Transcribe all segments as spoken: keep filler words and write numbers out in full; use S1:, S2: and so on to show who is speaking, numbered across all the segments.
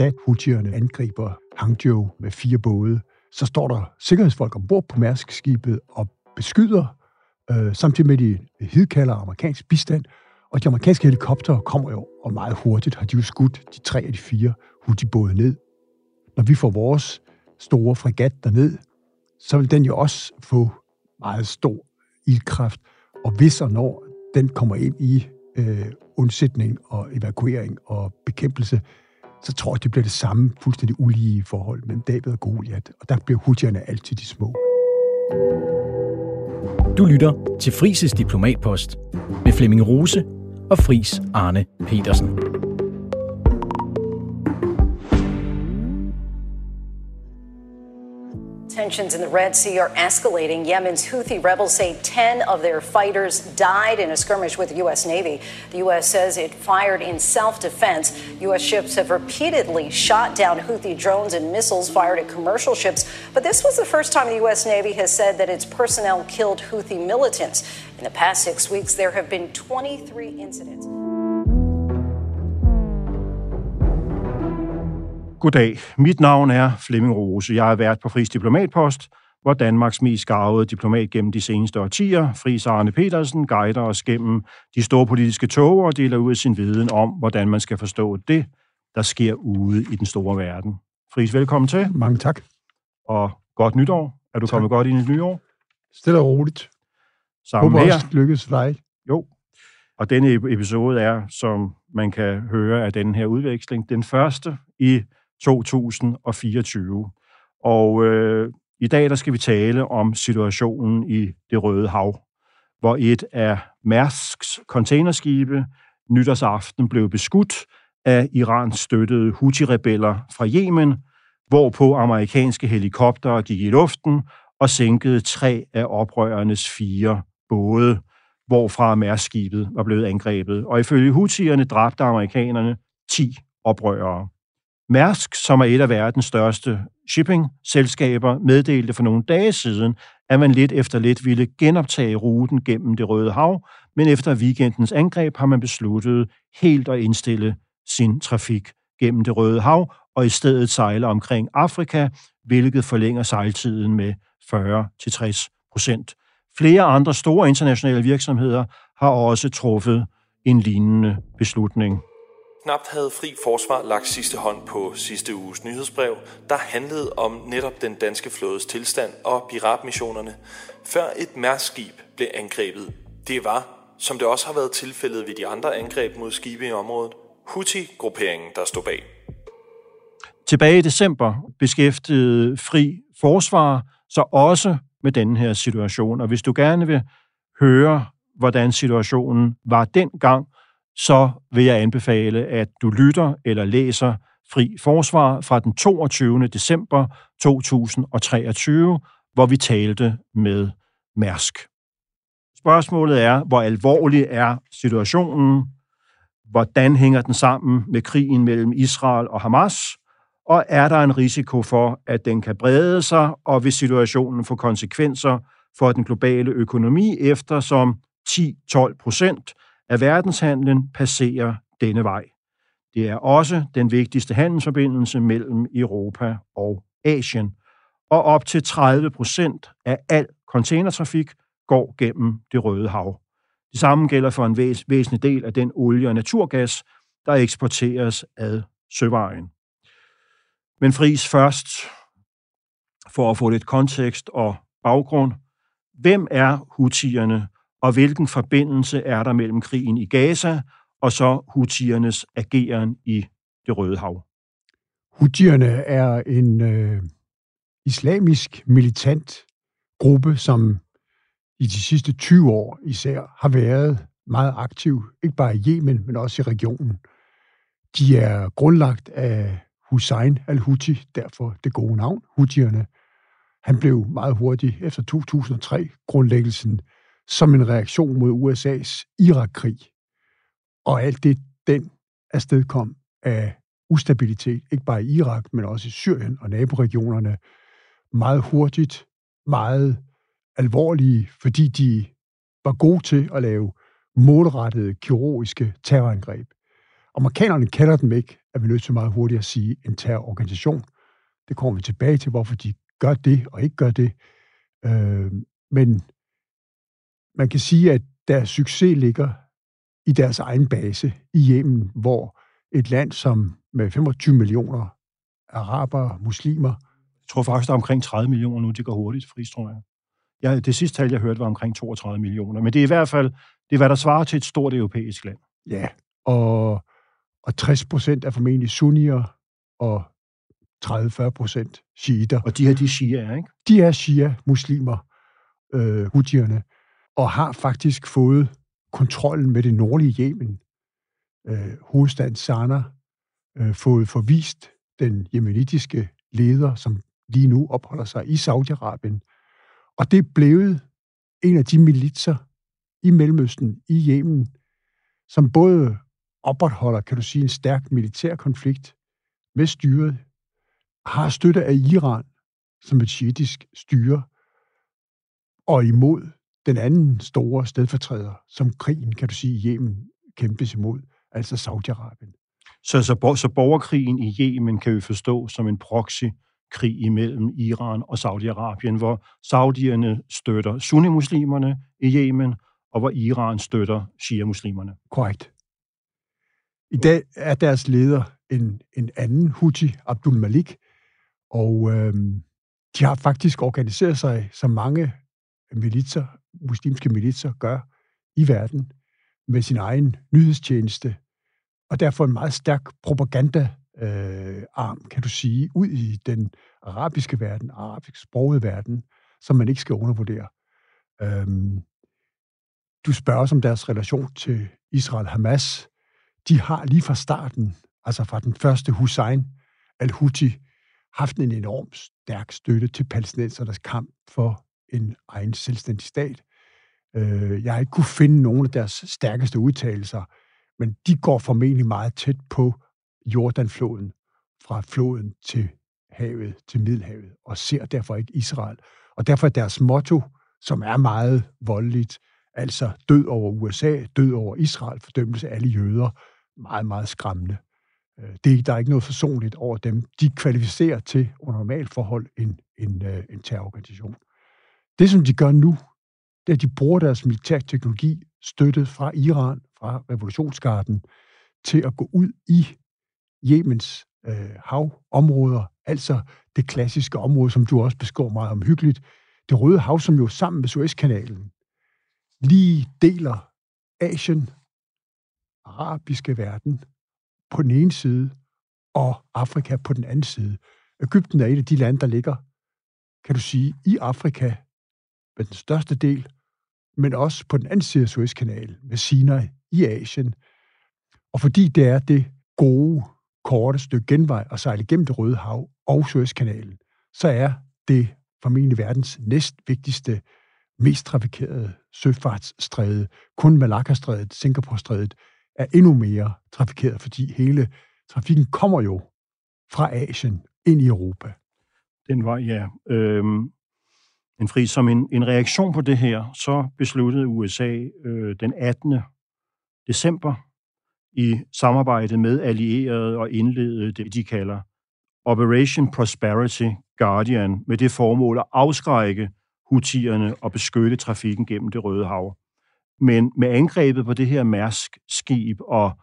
S1: da Houthierne angriber Hangzhou med fire både, så står der sikkerhedsfolk ombord på Mærsk-skibet og beskyder, øh, samtidig med de hidkalder amerikansk bistand, og de amerikanske helikoptere kommer jo, og meget hurtigt har de jo skudt de tre af de fire Houthi-både ned. Når vi får vores store fregat derned, så vil den jo også få meget stor ildkraft, og hvis og når den kommer ind i øh, undsætning og evakuering og bekæmpelse, så tror jeg, det bliver det samme fuldstændig ulige forhold mellem David og Goliat, og der bliver Houthierne altid de små.
S2: Du lytter til Friis' Diplomatpost med Flemming Rose og Friis Arne Petersen.
S3: Tensions in the Red Sea are escalating. Yemen's Houthi rebels say ten of their fighters died in a skirmish with the U S Navy. The U S says it fired in self-defense. U S ships have repeatedly shot down Houthi drones and missiles fired at commercial ships. But this was the first time the U S Navy has said that its personnel killed Houthi militants. In the past six weeks, there have been twenty-three incidents.
S4: Goddag, mit navn er Flemming Rose. Jeg har været på Friis Diplomatpost, hvor Danmarks mest garvede diplomat gennem de seneste årtier, Friis Arne Petersen, guider os gennem de store politiske tog og deler ud af sin viden om, hvordan man skal forstå det, der sker ude i den store verden. Friis, velkommen til.
S1: Mange tak.
S4: Og godt nytår. Er du tak. Kommet godt ind i det nye år?
S1: Stille og roligt.
S4: Sammen
S1: Håber
S4: her.
S1: også lykkes for dig.
S4: Jo. Og denne episode er, som man kan høre af den her udveksling, den første i to tusind og fireogtyve. Og øh, i dag der skal vi tale om situationen i Det Røde Hav, hvor et af Mærsks containerskibe nytårsaften blev beskudt af Irans støttede Houthi-rebeller fra Yemen, hvorpå amerikanske helikoptere gik i luften og sænkede tre af oprørernes fire både, hvorfra Mærsk-skibet var blevet angrebet. Og ifølge Houthierne dræbte amerikanerne ti oprørere. Mærsk, som er et af verdens største shipping-selskaber, meddelte for nogle dage siden, at man lidt efter lidt ville genoptage ruten gennem Det Røde Hav, men efter weekendens angreb har man besluttet helt at indstille sin trafik gennem Det Røde Hav, og i stedet sejle omkring Afrika, hvilket forlænger sejltiden med fyrre til tres procent. Flere andre store internationale virksomheder har også truffet en lignende beslutning.
S5: Knapt havde Fri Forsvar lagt sidste hånd på sidste uges nyhedsbrev, der handlede om netop den danske flådes tilstand og piratmissionerne, før et Mærsk-skib blev angrebet. Det var, som det også har været tilfældet ved de andre angreb mod skibe i området, Houthi-grupperingen, der stod bag.
S4: Tilbage i december beskæftigede Fri Forsvar sig også med denne her situation, og hvis du gerne vil høre, hvordan situationen var dengang, så vil jeg anbefale, at du lytter eller læser Fri Forsvar fra den toogtyvende december to tusind og treogtyve, hvor vi talte med Mærsk. Spørgsmålet er, hvor alvorlig er situationen? Hvordan hænger den sammen med krigen mellem Israel og Hamas? Og er der en risiko for, at den kan brede sig, og vil situationen få konsekvenser for den globale økonomi, eftersom ti til tolv procent af verdenshandlen passerer denne vej. Det er også den vigtigste handelsforbindelse mellem Europa og Asien, og op til tredive procent af al containertrafik går gennem Det Røde Hav. Det samme gælder for en væs- væsentlig del af den olie og naturgas, der eksporteres ad søvejen. Men Friis først, for at få lidt kontekst og baggrund. Hvem er Houthierne, og hvilken forbindelse er der mellem krigen i Gaza og så Houthiernes ageren i Det Røde Hav?
S1: Houthierne er en øh, islamisk militant gruppe, som i de sidste tyve år især har været meget aktiv, ikke bare i Yemen, men også i regionen. De er grundlagt af Hussein al-Houthi, derfor det gode navn, Houthierne. Han blev meget hurtigt efter to tusind og tre grundlæggelsen som en reaktion mod U S A's Irak-krig. Og alt det, den afstedkom af ustabilitet, ikke bare i Irak, men også i Syrien og naboregionerne, meget hurtigt, meget alvorlige, fordi de var gode til at lave målrettede kirurgiske terrorangreb. Amerikanerne kalder dem ikke er vi nødt til meget hurtigt at sige en terrororganisation. Det kommer vi tilbage til, hvorfor de gør det og ikke gør det. Øh, men man kan sige, at deres succes ligger i deres egen base i Yemen, hvor et land som med femogtyve millioner arabere, muslimer.
S4: Jeg tror faktisk, der er omkring tredive millioner nu. Det går hurtigt, Friis, tror jeg. Ja, det sidste tal, jeg hørte, var omkring toogtredive millioner. Men det er i hvert fald, det er, hvad der svarer til et stort europæisk land.
S1: Ja, og, og tres procent er formentlig sunnier, og tredive til fyrre procent shiiter.
S4: Og de her, de shiaer, ikke?
S1: De er shia-muslimer, øh, houthierne, og har faktisk fået kontrollen med det nordlige Yemen. Øh, hovedstaden Sanaa øh, fået forvist den jemenitiske leder, som lige nu opholder sig i Saudi-Arabien. Og det er blevet en af de militser i Mellemøsten, i Yemen, som både opretholder, kan du sige, en stærk militær konflikt med styret, har støtte af Iran som et shiitisk styre, og imod den anden store stedfortræder, som krigen, kan du sige, i Yemen kæmpes imod, altså Saudi-Arabien.
S4: Så, så, så borgerkrigen i Yemen kan vi forstå som en proxykrig imellem Iran og Saudi-Arabien, hvor saudierne støtter sunnimuslimerne i Yemen, og hvor Iran støtter shia-muslimerne.
S1: Korrekt. I dag er deres leder en, en anden Houthi, Abdul Malik, og øh, de har faktisk organiseret sig, som mange militser, muslimske militser gør i verden, med sin egen nyhedstjeneste, og derfor en meget stærk propaganda-arm, øh, kan du sige, ud i den arabiske verden, arabisk sprogede verden, som man ikke skal undervurdere. Øhm, du spørger om deres relation til Israel-Hamas. De har lige fra starten, altså fra den første Hussein al-Houthi, haft en enormt stærk støtte til palæstinensernes kamp for en egen selvstændig stat. Øh, jeg har ikke kunne finde nogen af deres stærkeste udtalelser, men de går formentlig meget tæt på Jordanfloden, fra floden til havet, til Middelhavet, og ser derfor ikke Israel. Og derfor er deres motto, som er meget voldeligt, altså død over U S A, død over Israel, fordømmelse af alle jøder, meget, meget skræmmende. Det, der er ikke noget forsonligt over dem. De kvalificerer til, under normalt forhold, en, en, en terrororganisation. Det, som de gør nu, det er, at de bruger deres militærteknologi, støttet fra Iran, fra revolutionsgarden, til at gå ud i Yemens øh, havområder, altså det klassiske område, som du også beskriver meget omhyggeligt, det Røde Hav, som jo sammen med Suezkanalen lige deler Asien, arabiske verden, på den ene side, og Afrika på den anden side. Egypten er et af de lande, der ligger, kan du sige, i Afrika med den største del, men også på den anden side af Suezkanalen, med Sinai i Asien. Og fordi det er det gode, korte stykke genvej at sejle igennem det Røde Hav og Suezkanalen, så er det formentlig verdens næstvigtigste, mest trafikerede søfartsstræde. Kun Malacca-strædet, Singapore-strædet, er endnu mere trafikeret, fordi hele trafikken kommer jo fra Asien ind i Europa.
S4: Den var, ja. Øhm, en fri, som en, en reaktion på det her, så besluttede U S A øh, den attende december i samarbejde med allierede og indledede det, de kalder Operation Prosperity Guardian, med det formål at afskrække houthierne og beskytte trafikken gennem det Røde Hav. Men med angrebet på det her Mærsk-skib, og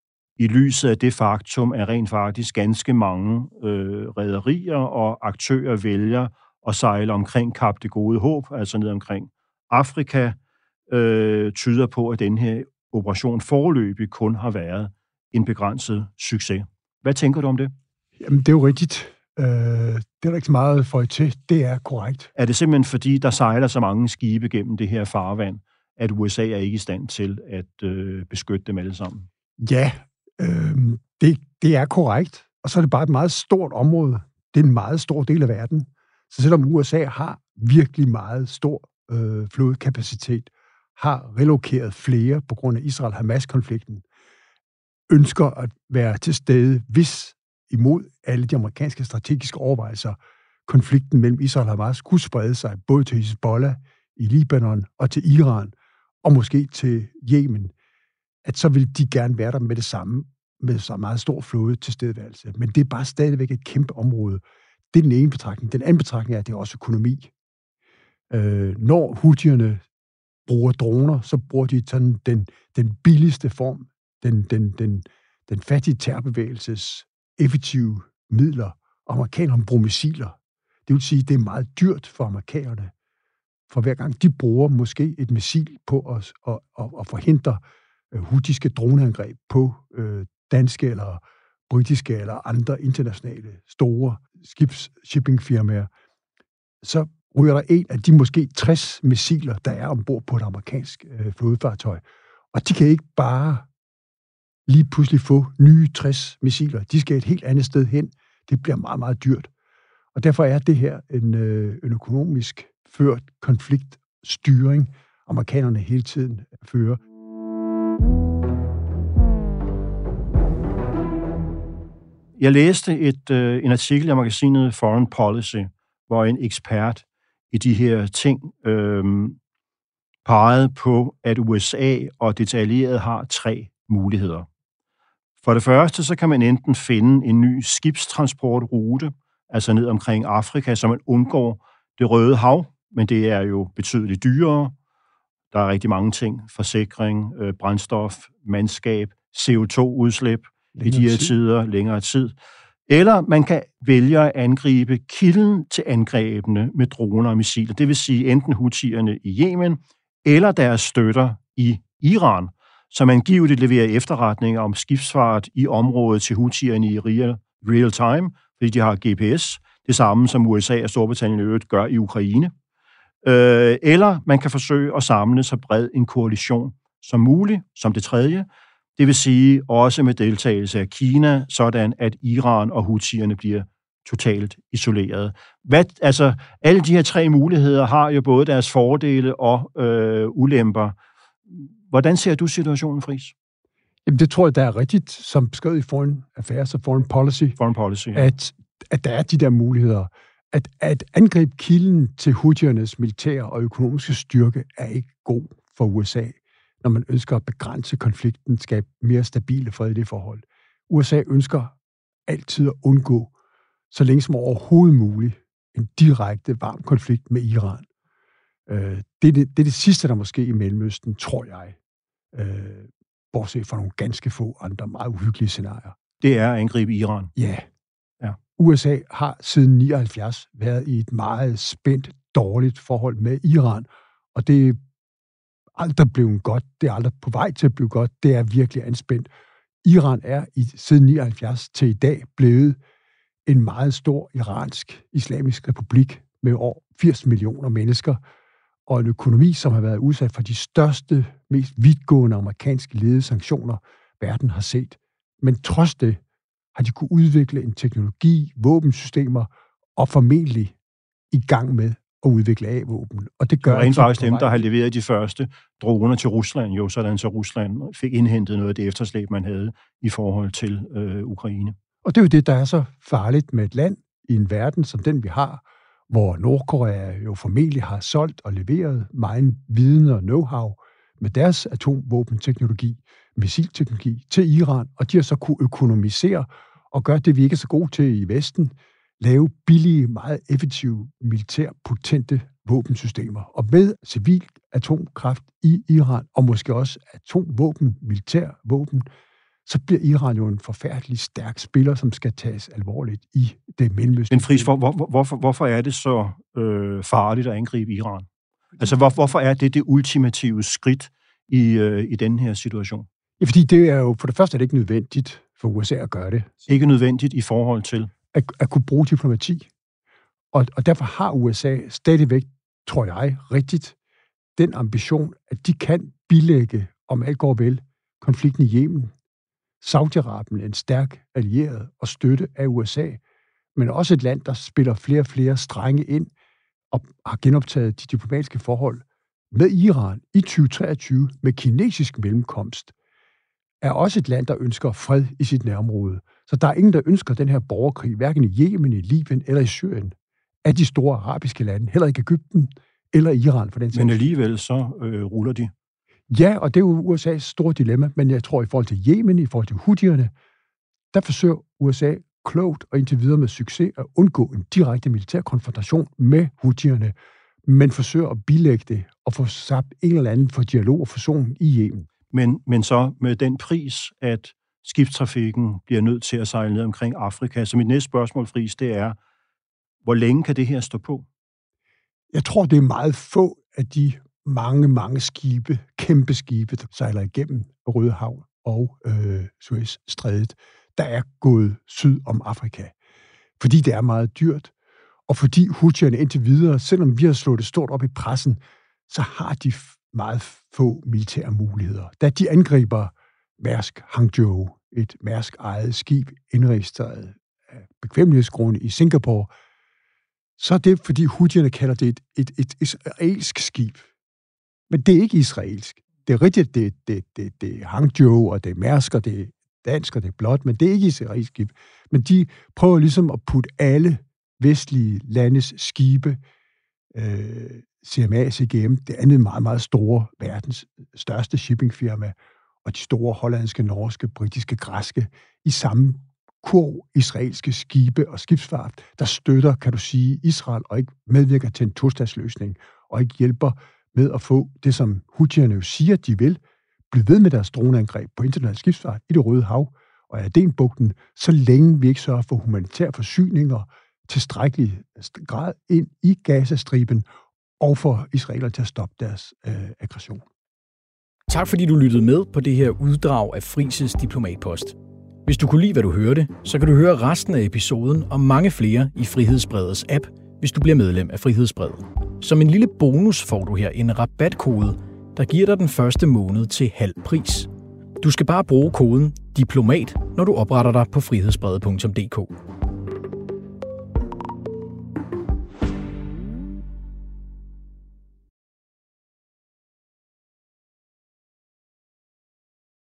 S4: i lyset af det faktum, at rent faktisk ganske mange øh, rederier og aktører vælger at sejle omkring Kap det Gode Håb, altså ned omkring Afrika, øh, tyder på, at den her operation foreløbig kun har været en begrænset succes. Hvad tænker du om det?
S1: Jamen, det er jo rigtigt. Øh, det er der ikke så meget for til. Det er korrekt.
S4: Er det simpelthen fordi, der sejler så mange skibe gennem det her farvand, at U S A er ikke i stand til at øh, beskytte dem alle sammen?
S1: Ja, øh, det, det er korrekt. Og så er det bare et meget stort område. Det er en meget stor del af verden. Så selvom U S A har virkelig meget stor øh, flådekapacitet, har relokeret flere på grund af Israel-Hamas-konflikten, ønsker at være til stede, hvis imod alle de amerikanske strategiske overvejelser, konflikten mellem Israel og Hamas kunne sprede sig både til Hezbollah i Libanon og til Iran, og måske til Yemen, at så vil de gerne være der med det samme. med så meget stor flåde tilstedeværelse. Men det er bare stadigvæk et kæmpe område. Det er den ene betragtning. Den anden betragtning er, at det er også økonomi. Øh, når houthierne bruger droner, så bruger de sådan den, den billigste form, den, den, den, den fattige terrorbevægelses effektive midler. Amerikanerne bruger missiler. Det vil sige, at det er meget dyrt for amerikanerne. For hver gang de bruger måske et missil på at, at, at, at forhindre houthiske droneangreb på øh, danske eller britiske eller andre internationale store skibsshippingfirmaer, så ryger der en af de måske tres missiler, der er ombord på et amerikansk øh, flådefartøj. Og de kan ikke bare lige pludselig få nye tres missiler. De skal et helt andet sted hen. Det bliver meget, meget dyrt. Og derfor er det her en, øh, en økonomisk ført konfliktstyring, amerikanerne hele tiden fører.
S4: Jeg læste et, øh, en artikel i magasinet Foreign Policy, hvor en ekspert i de her ting øh, pegede på, at U S A og dets allierede har tre muligheder. For det første, så kan man enten finde en ny skibstransportrute, altså ned omkring Afrika, så man undgår det Røde Hav, men det er jo betydeligt dyrere. Der er rigtig mange ting, forsikring, øh, brændstof, mandskab, C O to udslip i de her tider, længere tid. Eller man kan vælge at angribe kilden til angrebene med droner og missiler. Det vil sige enten houthierne i Yemen eller deres støtter i Iran, som angiveligt leverer efterretninger om skibsfart i området til houthierne i real, real time, fordi de har G P S. Det samme som U S A og Storbritannien i øvrigt gør i Ukraine. Øh, eller man kan forsøge at samle så bred en koalition som muligt, som det tredje. Det vil sige også med deltagelse af Kina, sådan at Iran og houthierne bliver totalt isoleret. Hvad, altså, alle de her tre muligheder har jo både deres fordele og øh, ulemper. Hvordan ser du situationen, Friis?
S1: Jamen, det tror jeg, der er rigtigt, som beskrevet i Foreign Affairs og Foreign Policy,
S4: Foreign Policy ja.
S1: at, at der er de der muligheder. At, at angribe kilden til houthiernes militære og økonomiske styrke er ikke god for U S A, når man ønsker at begrænse konflikten, skabe mere stabile fredelige forhold. U S A ønsker altid at undgå, så længe som overhovedet muligt, en direkte varm konflikt med Iran. Øh, det, er det, det er det sidste, der måske i Mellemøsten, tror jeg, øh, bortset fra nogle ganske få andre meget uhyggelige scenarier.
S4: Det er at angribe Iran.
S1: Ja.
S4: ja.
S1: U S A har siden nioghalvfjerds været i et meget spændt, dårligt forhold med Iran, og det er aldrig blevet godt. Det er aldrig på vej til at blive godt. Det er virkelig anspændt. Iran er i, siden nioghalvfjerds til i dag blevet en meget stor iransk islamisk republik med over firs millioner mennesker, og en økonomi, som har været udsat for de største, mest vidtgående amerikanske ledede sanktioner, verden har set. Men trods det har de kunne udvikle en teknologi, våbensystemer, og formentlig i gang med at udvikle A-våben. Og det gør
S4: det rent faktisk dem, der har leveret de første droner til Rusland, jo, sådan så Rusland fik indhentet noget af det efterslæb, man havde i forhold til øh, Ukraine.
S1: Og det er jo det, der er så farligt med et land i en verden som den, vi har, hvor Nordkorea jo formentlig har solgt og leveret meget viden og know-how med deres atomvåbenteknologi, missilteknologi til Iran, og de har så kunne økonomisere og gøre det, vi ikke er så gode til i Vesten, lave billige, meget effektive, militærpotente våbensystemer. Og med civil atomkraft i Iran, og måske også atomvåben, militærvåben, så bliver Iran jo en forfærdelig stærk spiller, som skal tages alvorligt i det mellemøstlige.
S4: Men Friis, hvor, hvor, hvorfor, hvorfor er det så øh, farligt at angribe Iran? Altså, hvor, hvorfor er det det ultimative skridt i, øh, i den her situation?
S1: Ja, fordi det er jo, for det første er det ikke nødvendigt for U S A at gøre det.
S4: Ikke nødvendigt i forhold til?
S1: At, at kunne bruge diplomati. Og, og derfor har U S A stadigvæk, tror jeg, rigtigt den ambition, at de kan bilægge, om alt går vel, konflikten i Yemen. Saudi-Arabien er en stærk allieret og støtte af U S A, men også et land, der spiller flere og flere strenge ind og har genoptaget de diplomatiske forhold med Iran i tyve treogtyve med kinesisk mellemkomst, er også et land, der ønsker fred i sit nærområde. Så der er ingen, der ønsker den her borgerkrig, hverken i Yemen, i Libyen eller i Syrien, af de store arabiske lande, heller ikke Egypten eller Iran for den sags.
S4: Men alligevel så øh, ruller de.
S1: Ja, og det er jo U S A's store dilemma, men jeg tror, i forhold til Yemen, i forhold til houthierne, der forsøger U S A klogt og indtil videre med succes at undgå en direkte militær konfrontation med Houthierne, men forsøger at bilægge det og få sat en eller anden for dialog og forsoning i Yemen.
S4: Men, men så med den pris, at skibstrafikken bliver nødt til at sejle ned omkring Afrika. Så mit næste spørgsmål, Friis, det er, hvor længe kan det her stå på?
S1: Jeg tror, det er meget få af de mange, mange skibe, kæmpe skibe, der sejler igennem Røde Hav og øh, Suezstrædet, der er gået syd om Afrika. Fordi det er meget dyrt, og fordi Houthierne indtil videre, selvom vi har slået det stort op i pressen, så har de meget få militære muligheder. Da de angriber Mærsk Hangzhou, et Mærsk-ejet skib indregistreret af bekvemmelighedsgrunde i Singapore, så er det, fordi Houthierne kalder det et, et, et israelsk skib. Men det er ikke israelsk. Det er rigtigt, det, det, det, det er Hangzhou, og det er Mærsk, og det er dansk, og det er blåt, men det er ikke israelsk skib. Men de prøver ligesom at putte alle vestlige landes skibe, øh, C M A, C G M, det andet meget, meget store, verdens største shippingfirma, og de store hollandske, norske, britiske, græske, i samme kurv israelske skibe og skibsfart, der støtter, kan du sige, Israel, og ikke medvirker til en tostatsløsning, og ikke hjælper med at få det, som Houthierne jo siger, de vil, blive ved med deres droneangreb på international skibsfart i det Røde Hav og Adenbugten, så længe vi ikke sørger for humanitære forsyninger tilstrækkelig grad ind i Gazastriben og for israelerne til at stoppe deres øh, aggression.
S2: Tak fordi du lyttede med på det her uddrag af Friis' Diplomatpost. Hvis du kunne lide, hvad du hørte, så kan du høre resten af episoden og mange flere i Frihedsbredets app, hvis du bliver medlem af Frihedsbredet. Som en lille bonus får du her en rabatkode, der giver dig den første måned til halv pris. Du skal bare bruge koden DIPLOMAT, når du opretter dig på frihedsbredet punktum d k.